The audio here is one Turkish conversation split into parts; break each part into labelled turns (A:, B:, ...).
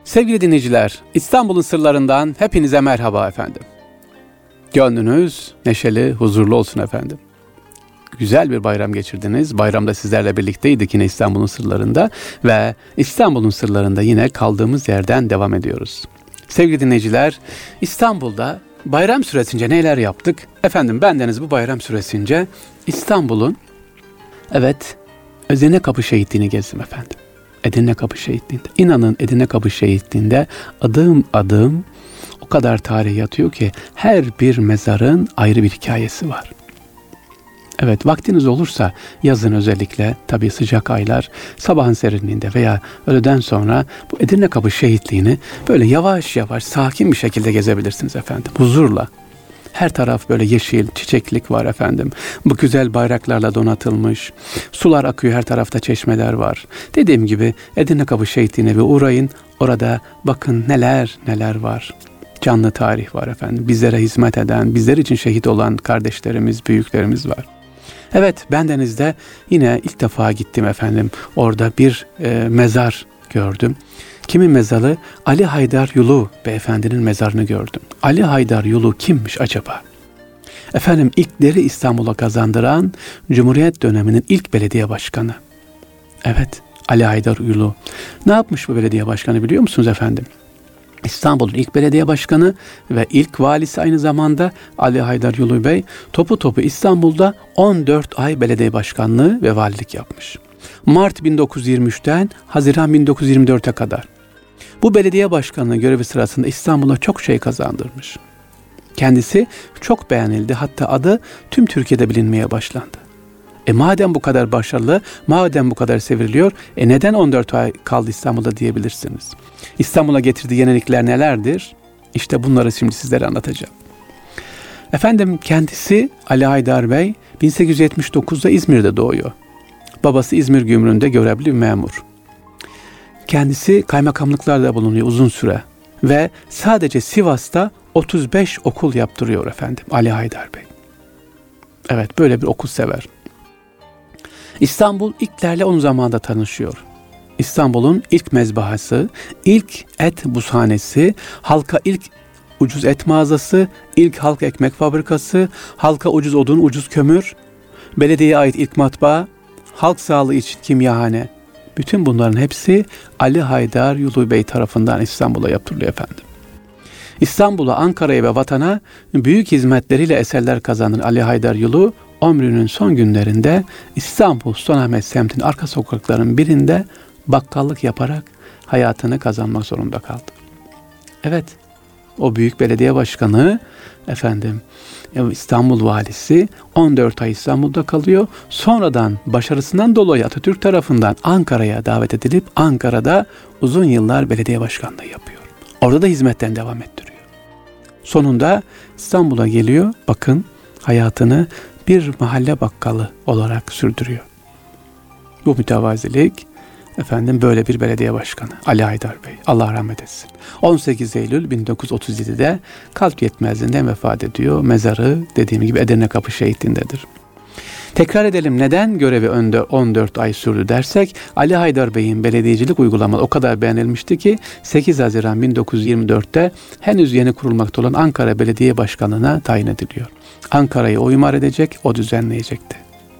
A: Sevgili dinleyiciler, İstanbul'un sırlarından hepinize merhaba efendim. Gönlünüz neşeli, huzurlu olsun efendim. Güzel bir bayram geçirdiniz. Bayramda sizlerle birlikteydik yine İstanbul'un sırlarında ve İstanbul'un sırlarında yine kaldığımız yerden devam ediyoruz. Sevgili dinleyiciler, İstanbul'da bayram süresince neler yaptık? Efendim bendeniz bu bayram süresince İstanbul'un, Edirne Kapı Şehitliği'ni gezdim efendim. Edirne Kapı Şehitliği'nde. İnanın Edirne Kapı Şehitliği'nde adım adım o kadar tarih yatıyor ki her bir mezarın ayrı bir hikayesi var. Evet, vaktiniz olursa yazın özellikle tabii sıcak aylar sabahın serinliğinde veya öğleden sonra bu Edirne Kapı Şehitliği'ni böyle yavaş yavaş sakin bir şekilde gezebilirsiniz efendim. Huzurla. Her taraf böyle yeşil, çiçeklik var efendim. Bu güzel bayraklarla donatılmış. Sular akıyor, her tarafta çeşmeler var. Dediğim gibi Edirne Kapı Şehitliği'ne bir uğrayın. Orada bakın neler neler var. Canlı tarih var efendim. Bizlere hizmet eden, bizler için şehit olan kardeşlerimiz, büyüklerimiz var. Evet, bendenizde yine ilk defa gittim efendim. Orada bir mezar gördüm. Kimin mezarı? Ali Haydar Yulu beyefendinin mezarını gördüm. Ali Haydar Yulu kimmiş acaba? Efendim ilkleri İstanbul'a kazandıran Cumhuriyet döneminin ilk belediye başkanı. Evet, Ali Haydar Yulu. Ne yapmış bu belediye başkanı biliyor musunuz efendim? İstanbul'un ilk belediye başkanı ve ilk valisi aynı zamanda Ali Haydar Yulu Bey topu İstanbul'da 14 ay belediye başkanlığı ve valilik yapmış. Mart 1923'ten Haziran 1924'e kadar. Bu belediye başkanlığı görevi sırasında İstanbul'a çok şey kazandırmış. Kendisi çok beğenildi, hatta adı tüm Türkiye'de bilinmeye başlandı. Madem bu kadar başarılı, madem bu kadar severiliyor, neden 14 ay kaldı İstanbul'da diyebilirsiniz. İstanbul'a getirdiği yenilikler nelerdir? İşte bunları şimdi sizlere anlatacağım. Efendim kendisi Ali Haydar Bey 1879'da İzmir'de doğuyor. Babası İzmir Gümrüğü'nde görevli bir memur. Kendisi kaymakamlıklarda bulunuyor uzun süre ve sadece Sivas'ta 35 okul yaptırıyor efendim Ali Haydar Bey. Evet, böyle bir okul sever. İstanbul ilklerle onun zamanında tanışıyor. İstanbul'un ilk mezbahası, ilk et buzhanesi, halka ilk ucuz et mağazası, ilk halk ekmek fabrikası, halka ucuz odun, ucuz kömür, belediyeye ait ilk matbaa, halk sağlığı için kimyahane. Bütün bunların hepsi Ali Haydar Yulu Bey tarafından İstanbul'a yaptırılıyor efendim. İstanbul'a, Ankara'ya ve vatana büyük hizmetleriyle eserler kazanan Ali Haydar Yulu, ömrünün son günlerinde İstanbul Sultanahmet semtinin arka sokaklarının birinde bakkallık yaparak hayatını kazanmak zorunda kaldı. Evet, o büyük belediye başkanı efendim İstanbul valisi 14 ay İstanbul'da kalıyor. Sonradan başarısından dolayı Atatürk tarafından Ankara'ya davet edilip Ankara'da uzun yıllar belediye başkanlığı yapıyor. Orada da hizmetten devam ettiriyor. Sonunda İstanbul'a geliyor. Bakın hayatını bir mahalle bakkalı olarak sürdürüyor. Bu mütevazilik efendim böyle bir belediye başkanı Ali Haydar Bey. Allah rahmet etsin. 18 Eylül 1937'de kalp yetmezliğinden vefat ediyor. Mezarı dediğim gibi Edirne Kapı Şehitliği'ndedir. Tekrar edelim, neden görevi 14 ay sürdü dersek, Ali Haydar Bey'in belediyecilik uygulamaları o kadar beğenilmişti ki 8 Haziran 1924'te henüz yeni kurulmakta olan Ankara Belediye Başkanlığı'na tayin ediliyor. Ankara'yı o imar edecek, o düzenleyecekti.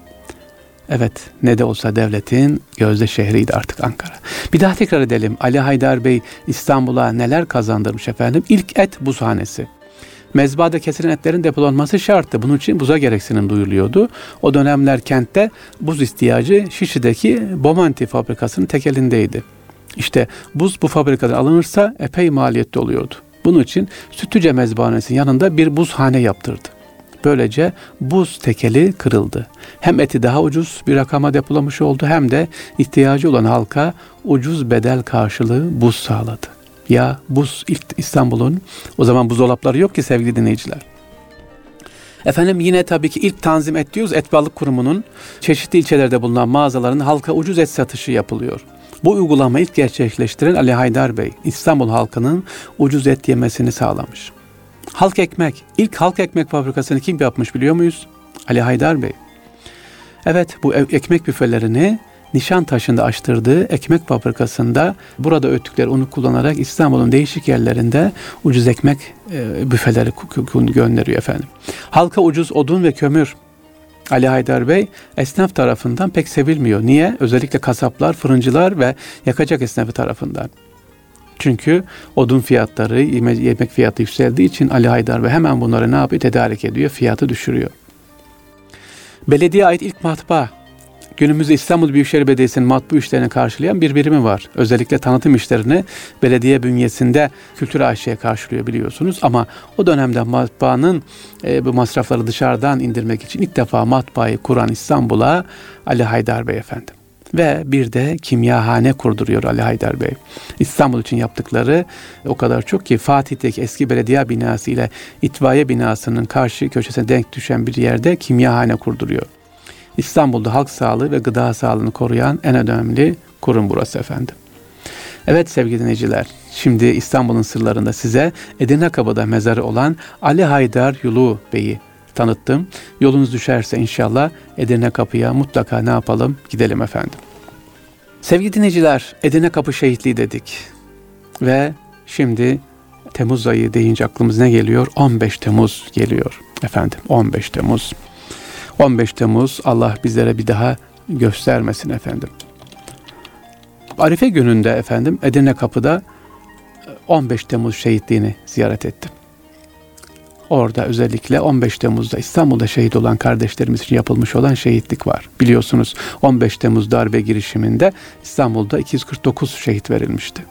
A: Evet, ne de olsa devletin gözde şehriydi artık Ankara. Bir daha tekrar edelim. Ali Haydar Bey İstanbul'a neler kazandırmış efendim? İlk et buzhanesi. Mezbahada kesilen etlerin depolanması şarttı. Bunun için buza gereksinim duyuluyordu. O dönemler kentte buz ihtiyacı Şişli'deki Bomonti fabrikasının tekelindeydi. İşte buz bu fabrikadan alınırsa epey maliyetli oluyordu. Bunun için Sütlüce Mezbahanesi'nin yanında bir buzhane yaptırdı. Böylece buz tekeli kırıldı. Hem eti daha ucuz bir rakama depolamış oldu, hem de ihtiyacı olan halka ucuz bedel karşılığı buz sağladı. Ya buz ilk İstanbul'un, o zaman buzdolapları yok ki sevgili dinleyiciler. Efendim yine tabii ki ilk tanzim et diyoruz. Et Balık Kurumu'nun çeşitli ilçelerde bulunan mağazaların halka ucuz et satışı yapılıyor. Bu uygulamayı ilk gerçekleştiren Ali Haydar Bey, İstanbul halkının ucuz et yemesini sağlamış. Halk ekmek, ilk halk ekmek fabrikasını kim yapmış biliyor muyuz? Ali Haydar Bey. Evet, bu ekmek büfelerini Nişantaşı'nda açtırdığı ekmek fabrikasında burada öğüttükleri unu kullanarak İstanbul'un değişik yerlerinde ucuz ekmek büfeleri gönderiyor efendim. Halka ucuz odun ve kömür. Ali Haydar Bey esnaf tarafından pek sevilmiyor. Niye? Özellikle kasaplar, fırıncılar ve yakacak esnafı tarafından. Çünkü odun fiyatları, yemek fiyatı yükseldiği için Ali Haydar Bey hemen bunları ne yapıyor? Tedarik ediyor, fiyatı düşürüyor. Belediyeye ait ilk matbaa. Günümüzde İstanbul Büyükşehir Belediyesi'nin matbu işlerini karşılayan bir birimi var. Özellikle tanıtım işlerini belediye bünyesinde Kültür AŞ'ye karşılıyor biliyorsunuz. Ama o dönemde matbaanın bu masrafları dışarıdan indirmek için ilk defa matbaayı kuran İstanbul'a Ali Haydar Bey efendim. Ve bir de kimyahane kurduruyor Ali Haydar Bey. İstanbul için yaptıkları o kadar çok ki Fatih'teki eski belediye binası ile itfaiye binasının karşı köşesine denk düşen bir yerde kimyahane kurduruyor. İstanbul'da halk sağlığı ve gıda sağlığını koruyan en önemli kurum burası efendim. Evet sevgili dinleyiciler, şimdi İstanbul'un sırlarında size Edirnekapı'da mezarı olan Ali Haydar Yulu Bey'i tanıttım. Yolunuz düşerse inşallah Edirnekapı'ya mutlaka ne yapalım? Gidelim efendim. Sevgili dinleyiciler, Edirnekapı şehitliği dedik. Ve şimdi Temmuz ayı deyince aklımız ne geliyor? 15 Temmuz geliyor efendim. 15 Temmuz. 15 Temmuz Allah bizlere bir daha göstermesin efendim. Arife gününde efendim Edirnekapı'da 15 Temmuz şehitliğini ziyaret ettim. Orada özellikle 15 Temmuz'da İstanbul'da şehit olan kardeşlerimiz için yapılmış olan şehitlik var. Biliyorsunuz 15 Temmuz darbe girişiminde İstanbul'da 249 şehit verilmişti.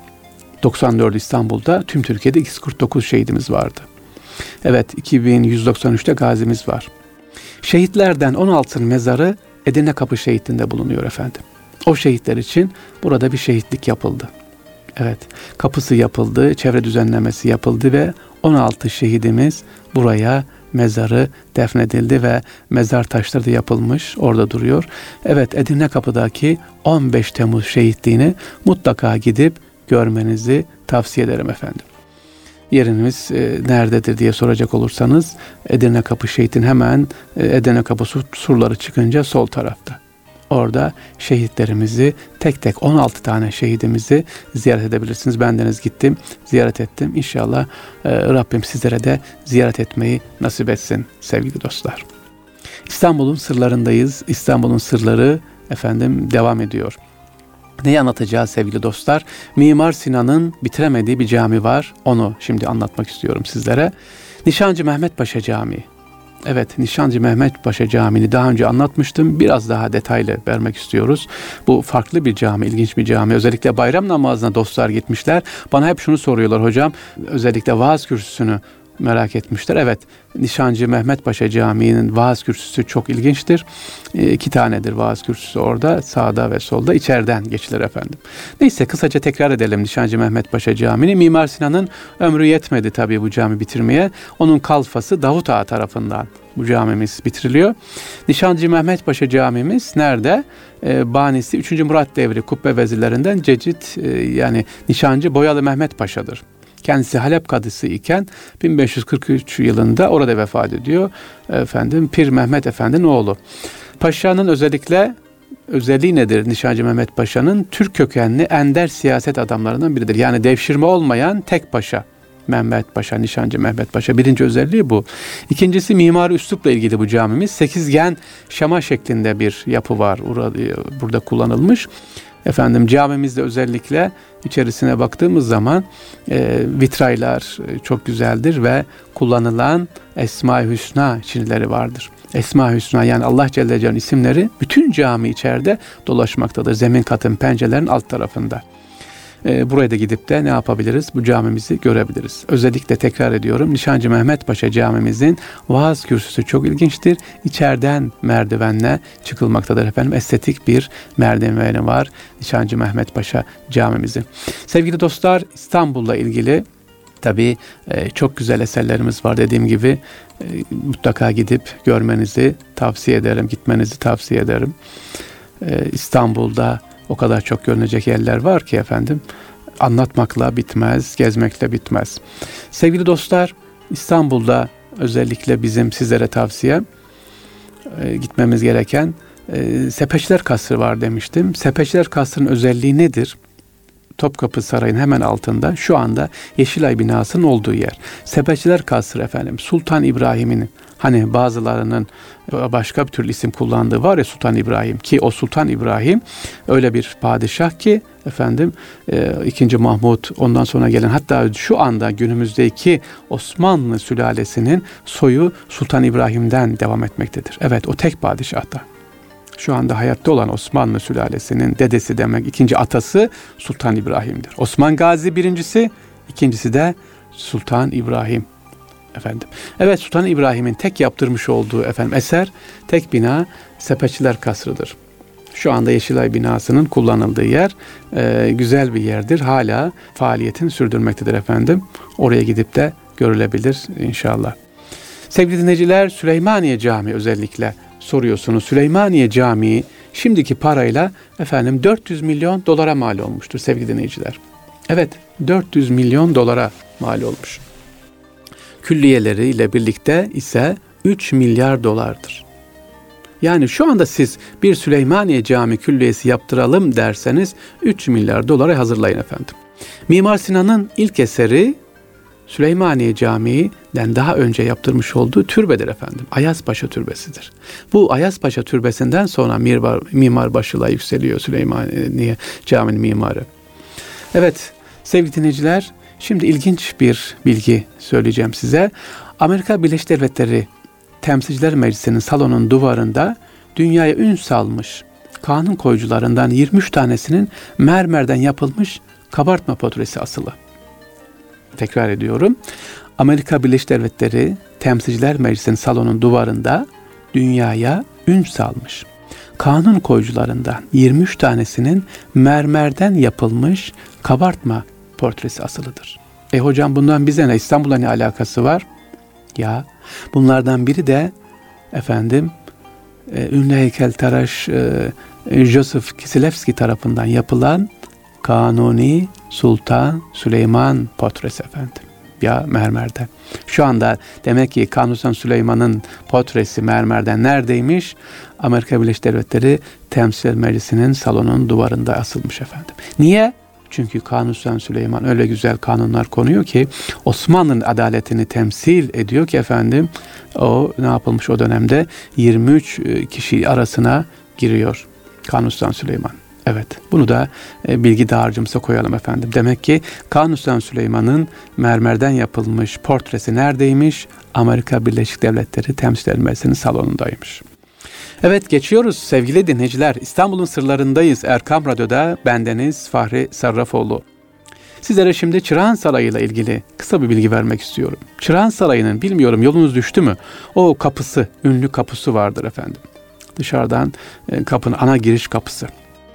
A: 94 İstanbul'da, tüm Türkiye'de 249 şehidimiz vardı. Evet, 2193'te gazimiz var. Şehitlerden 16'nın mezarı Edirnekapı şehitliğinde bulunuyor efendim. O şehitler için burada bir şehitlik yapıldı. Evet, kapısı yapıldı, çevre düzenlemesi yapıldı ve 16 şehidimiz buraya mezarı defnedildi ve mezar taşları da yapılmış, orada duruyor. Evet, Edirnekapı'daki 15 Temmuz şehitliğini mutlaka gidip görmenizi tavsiye ederim efendim. Yeriniz nerededir diye soracak olursanız Edirnekapı şehitin hemen Edirnekapı surları çıkınca sol tarafta. Orada şehitlerimizi tek tek 16 tane şehidimizi ziyaret edebilirsiniz. Bendeniz gittim, ziyaret ettim. İnşallah Rabbim sizlere de ziyaret etmeyi nasip etsin sevgili dostlar. İstanbul'un sırlarındayız. İstanbul'un sırları efendim devam ediyor. Neyi anlatacağız sevgili dostlar? Mimar Sinan'ın bitiremediği bir cami var. Onu şimdi anlatmak istiyorum sizlere. Nişancı Mehmet Paşa Camii. Evet, Nişancı Mehmet Paşa Camii'ni daha önce anlatmıştım. Biraz daha detaylı vermek istiyoruz. Bu farklı bir cami, ilginç bir cami. Özellikle bayram namazına dostlar gitmişler. Bana hep şunu soruyorlar hocam. Özellikle vaaz kürsüsünü merak etmişler. Evet, Nişancı Mehmet Paşa Camii'nin vaaz kürsüsü çok ilginçtir. 2 tanedir vaaz kürsüsü orada. Sağda ve solda. İçeriden geçilir efendim. Neyse, kısaca tekrar edelim Nişancı Mehmet Paşa Camii'ni. Mimar Sinan'ın ömrü yetmedi tabii bu cami bitirmeye. Onun kalfası Davut Ağa tarafından bu camimiz bitiriliyor. Nişancı Mehmet Paşa Camimiz nerede? Banisi 3. Murat devri kubbe vezirlerinden Cecit yani Nişancı Boyalı Mehmet Paşa'dır. Kendisi Halep kadısı iken 1543 yılında orada vefat ediyor. Efendim Pir Mehmet Efendi'nin oğlu. Paşa'nın özelliği nedir? Nişancı Mehmet Paşa'nın Türk kökenli ender siyaset adamlarından biridir. Yani devşirme olmayan tek paşa. Mehmet Paşa, Nişancı Mehmet Paşa. Birinci özelliği bu. İkincisi mimari üslupla ilgili bu camimiz. Sekizgen şama şeklinde bir yapı var. Burada kullanılmış. Efendim camimizde özellikle içerisine baktığımız zaman vitraylar çok güzeldir ve kullanılan Esma-i Hüsna çinileri vardır. Esma-i Hüsna yani Allah Celle Celle'nin isimleri bütün cami içeride dolaşmaktadır. Zemin katın pencerelerin alt tarafında. Buraya da gidip de ne yapabiliriz? Bu camimizi görebiliriz. Özellikle tekrar ediyorum. Nişancı Mehmet Paşa camimizin vaaz kürsüsü çok ilginçtir. İçeriden merdivenle çıkılmaktadır efendim. Estetik bir merdiveni var Nişancı Mehmet Paşa camimizin. Sevgili dostlar, İstanbul'la ilgili tabii çok güzel eserlerimiz var dediğim gibi. Mutlaka gidip görmenizi tavsiye ederim. Gitmenizi tavsiye ederim. İstanbul'da o kadar çok görünecek yerler var ki efendim, anlatmakla bitmez, gezmekle bitmez. Sevgili dostlar, İstanbul'da özellikle bizim sizlere tavsiyem gitmemiz gereken Sepeçler Kasrı var demiştim. Sepeçler Kasrı'nın özelliği nedir? Topkapı Sarayı'nın hemen altında şu anda Yeşilay binasının olduğu yer. Sepeçler Kasrı efendim. Sultan İbrahim'in, hani bazılarının başka bir türlü isim kullandığı var ya, Sultan İbrahim, ki o Sultan İbrahim öyle bir padişah ki efendim 2. Mahmut, ondan sonra gelen, hatta şu anda günümüzdeki Osmanlı sülalesinin soyu Sultan İbrahim'den devam etmektedir. Evet, o tek padişah da. Şu anda hayatta olan Osmanlı sülalesinin dedesi demek, ikinci atası Sultan İbrahim'dir. Osman Gazi birincisi, ikincisi de Sultan İbrahim efendim. Evet, Sultan İbrahim'in tek yaptırmış olduğu efendim eser, tek bina Sepeçler Kasrı'dır. Şu anda Yeşilay binasının kullanıldığı yer güzel bir yerdir. Hala faaliyetini sürdürmektedir efendim. Oraya gidip de görülebilir inşallah. Sevgili dinleyiciler, Süleymaniye Camii özellikle soruyorsunuz. Süleymaniye Camii şimdiki parayla efendim 400 milyon dolara mal olmuştur sevgili dinleyiciler. Evet, 400 milyon dolara mal olmuş. Külliyeleriyle birlikte ise 3 milyar dolardır. Yani şu anda siz bir Süleymaniye Camii külliyesi yaptıralım derseniz 3 milyar dolara hazırlayın efendim. Mimar Sinan'ın ilk eseri Süleymaniye Camii'den daha önce yaptırmış olduğu türbedir efendim. Ayazpaşa Türbesi'dir. Bu Ayazpaşa Türbesi'nden sonra Mimar Başı'la yükseliyor Süleymaniye Camii'nin mimarı. Evet sevgili dinleyiciler, şimdi ilginç bir bilgi söyleyeceğim size. Amerika Birleşik Devletleri Temsilciler Meclisi'nin salonun duvarında dünyaya ün salmış kanun koyucularından 23 tanesinin mermerden yapılmış kabartma portresi asılı. Tekrar ediyorum. Amerika Birleşik Devletleri Temsilciler Meclisi'nin salonun duvarında dünyaya ün salmış kanun koyucularından 23 tanesinin mermerden yapılmış kabartma portresi asılıdır. Hocam bundan bize ne? İstanbul'la ne alakası var? Ya bunlardan biri de efendim ünlü heykeltıraş Joseph Kieslowski tarafından yapılan Kanuni Sultan Süleyman portresi efendim. Ya mermerden. Şu anda demek ki Kanuni Sultan Süleyman'ın portresi mermerden neredeymiş? Amerika Birleşik Devletleri Temsilciler Meclisi'nin salonun duvarında asılmış efendim. Niye? Çünkü Kanuni Sultan Süleyman öyle güzel kanunlar konuyor ki Osmanlı'nın adaletini temsil ediyor ki efendim o ne yapılmış o dönemde 23 kişi arasına giriyor Kanuni Sultan Süleyman. Evet, bunu da bilgi dağarcığımıza koyalım efendim. Demek ki Kanuni Sultan Süleyman'ın mermerden yapılmış portresi neredeymiş? Amerika Birleşik Devletleri Temsilciler Meclisi'nin salonundaymış. Evet, geçiyoruz sevgili dinleyiciler. İstanbul'un sırlarındayız. Erkam Radyo'da bendeniz Fahri Sarrafoğlu. Sizlere şimdi Çırağan Sarayı ile ilgili kısa bir bilgi vermek istiyorum. Çırağan Sarayı'nın, bilmiyorum yolunuz düştü mü? O kapısı, ünlü kapısı vardır efendim. Dışarıdan kapının ana giriş kapısı.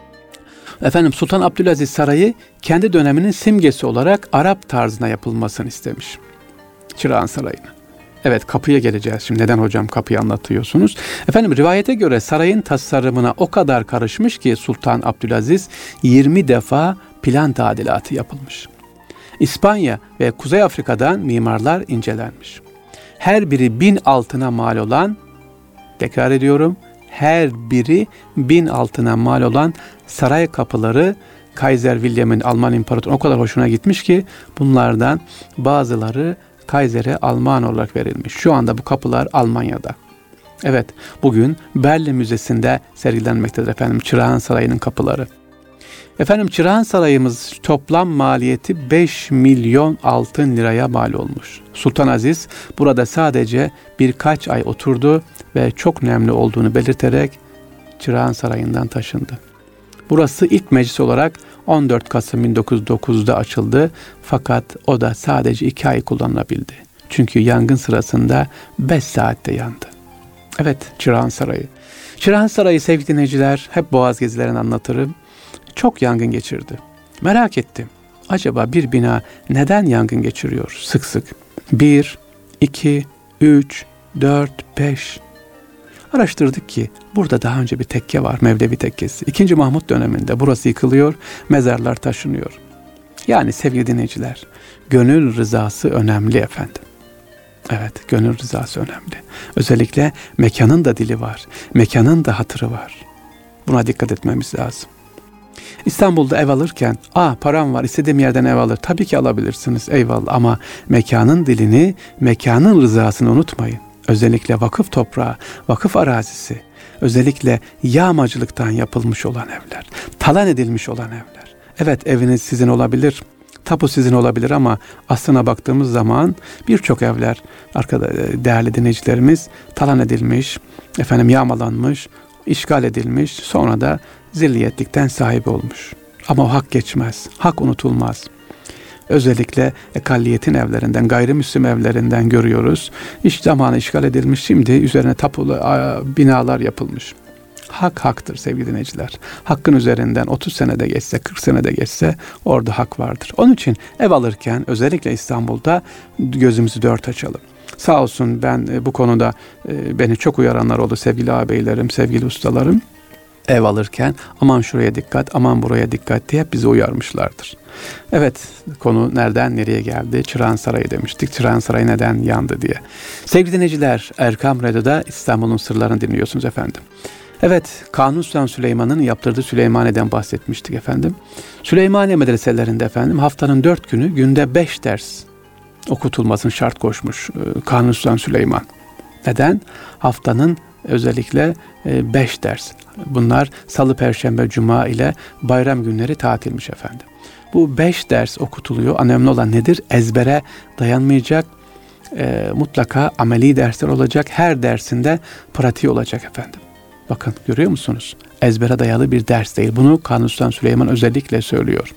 A: Efendim Sultan Abdülaziz Sarayı kendi döneminin simgesi olarak Arap tarzına yapılmasını istemiş. Çırağan Sarayı'nı. Evet, kapıya geleceğiz. Şimdi neden hocam kapıyı anlatıyorsunuz? Efendim rivayete göre sarayın tasarımına o kadar karışmış ki Sultan Abdülaziz 20 defa plan tadilatı yapılmış. İspanya ve Kuzey Afrika'dan mimarlar incelenmiş. Her biri 1000 altına mal olan, tekrar ediyorum, her biri 1000 altına mal olan saray kapıları Kaiser William'in Alman İmparatoru o kadar hoşuna gitmiş ki bunlardan bazıları Kaiser'e Alman olarak verilmiş. Şu anda bu kapılar Almanya'da. Evet, bugün Berlin Müzesi'nde sergilenmektedir efendim Çırağan Sarayı'nın kapıları. Efendim Çırağan Sarayımız toplam maliyeti 5 milyon altın liraya mal olmuş. Sultan Aziz burada sadece birkaç ay oturdu ve çok nemli olduğunu belirterek Çırağan Sarayı'ndan taşındı. Burası ilk meclis olarak 14 Kasım 1909'da açıldı fakat o da sadece 2 ay kullanılabildi. Çünkü yangın sırasında 5 saatte yandı. Evet, Çırağan Sarayı. Çırağan Sarayı sevgili dinleyiciler, hep Boğaz gezilerini anlatırım. Çok yangın geçirdi. Merak ettim. Acaba bir bina neden yangın geçiriyor sık sık? 1, 2, 3, 4, 5. Araştırdık ki burada daha önce bir tekke var, Mevlevi Tekkesi. 2. Mahmut döneminde burası yıkılıyor, mezarlar taşınıyor. Yani sevgili dinleyiciler, gönül rızası önemli efendim. Evet, gönül rızası önemli. Özellikle mekanın da dili var. Mekanın da hatırı var. Buna dikkat etmemiz lazım. İstanbul'da ev alırken, param var, istediğim yerden ev alır. Tabii ki alabilirsiniz, eyvallah, ama mekanın dilini, mekanın rızasını unutmayın. Özellikle vakıf toprağı, vakıf arazisi, özellikle yağmacılıktan yapılmış olan evler, talan edilmiş olan evler. Evet, eviniz sizin olabilir, tapu sizin olabilir, ama aslına baktığımız zaman birçok evler, değerli dinleyicilerimiz, talan edilmiş, yağmalanmış, işgal edilmiş, sonra da zilliyetlikten sahibi olmuş. Ama o hak geçmez, hak unutulmaz. Özellikle ekalliyetin evlerinden, gayrimüslim evlerinden görüyoruz. Zamanı işgal edilmiş, şimdi üzerine tapulu binalar yapılmış. Hak haktır sevgili dinleyiciler. Hakkın üzerinden 30 senede geçse, 40 senede geçse orada hak vardır. Onun için ev alırken özellikle İstanbul'da gözümüzü dört açalım. Sağ olsun, ben bu konuda beni çok uyaranlar oldu sevgili ağabeylerim, sevgili ustalarım. Ev alırken aman şuraya dikkat, aman buraya dikkat diye hep bizi uyarmışlardır. Evet, konu nereden nereye geldi? Çırağan Sarayı demiştik. Çırağan Sarayı neden yandı diye. Sevgili dinleyiciler, Erkam Radyo'da İstanbul'un sırlarını dinliyorsunuz efendim. Evet, Kanuni Sultan Süleyman'ın yaptırdığı Süleymaniye'den bahsetmiştik efendim. Süleymaniye medreselerinde efendim haftanın 4 günü günde 5 ders okutulmasını şart koşmuş Kanuni Sultan Süleyman. Neden? Haftanın özellikle 5 ders. Bunlar salı, perşembe, cuma ile bayram günleri tatilmiş efendim. Bu 5 ders okutuluyor. Önemli olan nedir? Ezbere dayanmayacak. Mutlaka ameli dersler olacak. Her dersinde pratiği olacak efendim. Bakın, görüyor musunuz? Ezbere dayalı bir ders değil. Bunu Kanuni Sultan Süleyman özellikle söylüyor.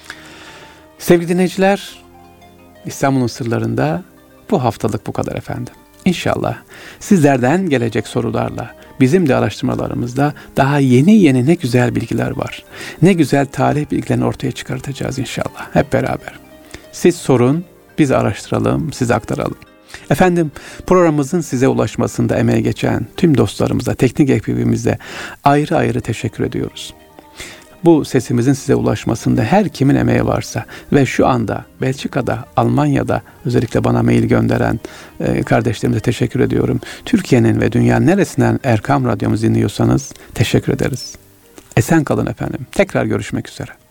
A: Sevgili dinleyiciler, İstanbul'un sırlarında bu haftalık bu kadar efendim. İnşallah sizlerden gelecek sorularla, bizim de araştırmalarımızda daha yeni ne güzel bilgiler var. Ne güzel tarih bilgilerini ortaya çıkartacağız inşallah hep beraber. Siz sorun, biz araştıralım, size aktaralım. Efendim, programımızın size ulaşmasında emeği geçen tüm dostlarımıza, teknik ekibimize ayrı ayrı teşekkür ediyoruz. Bu sesimizin size ulaşmasında her kimin emeği varsa ve şu anda Belçika'da, Almanya'da özellikle bana mail gönderen kardeşlerimize teşekkür ediyorum. Türkiye'nin ve dünyanın neresinden Erkam Radyo'muzu dinliyorsanız teşekkür ederiz. Esen kalın efendim. Tekrar görüşmek üzere.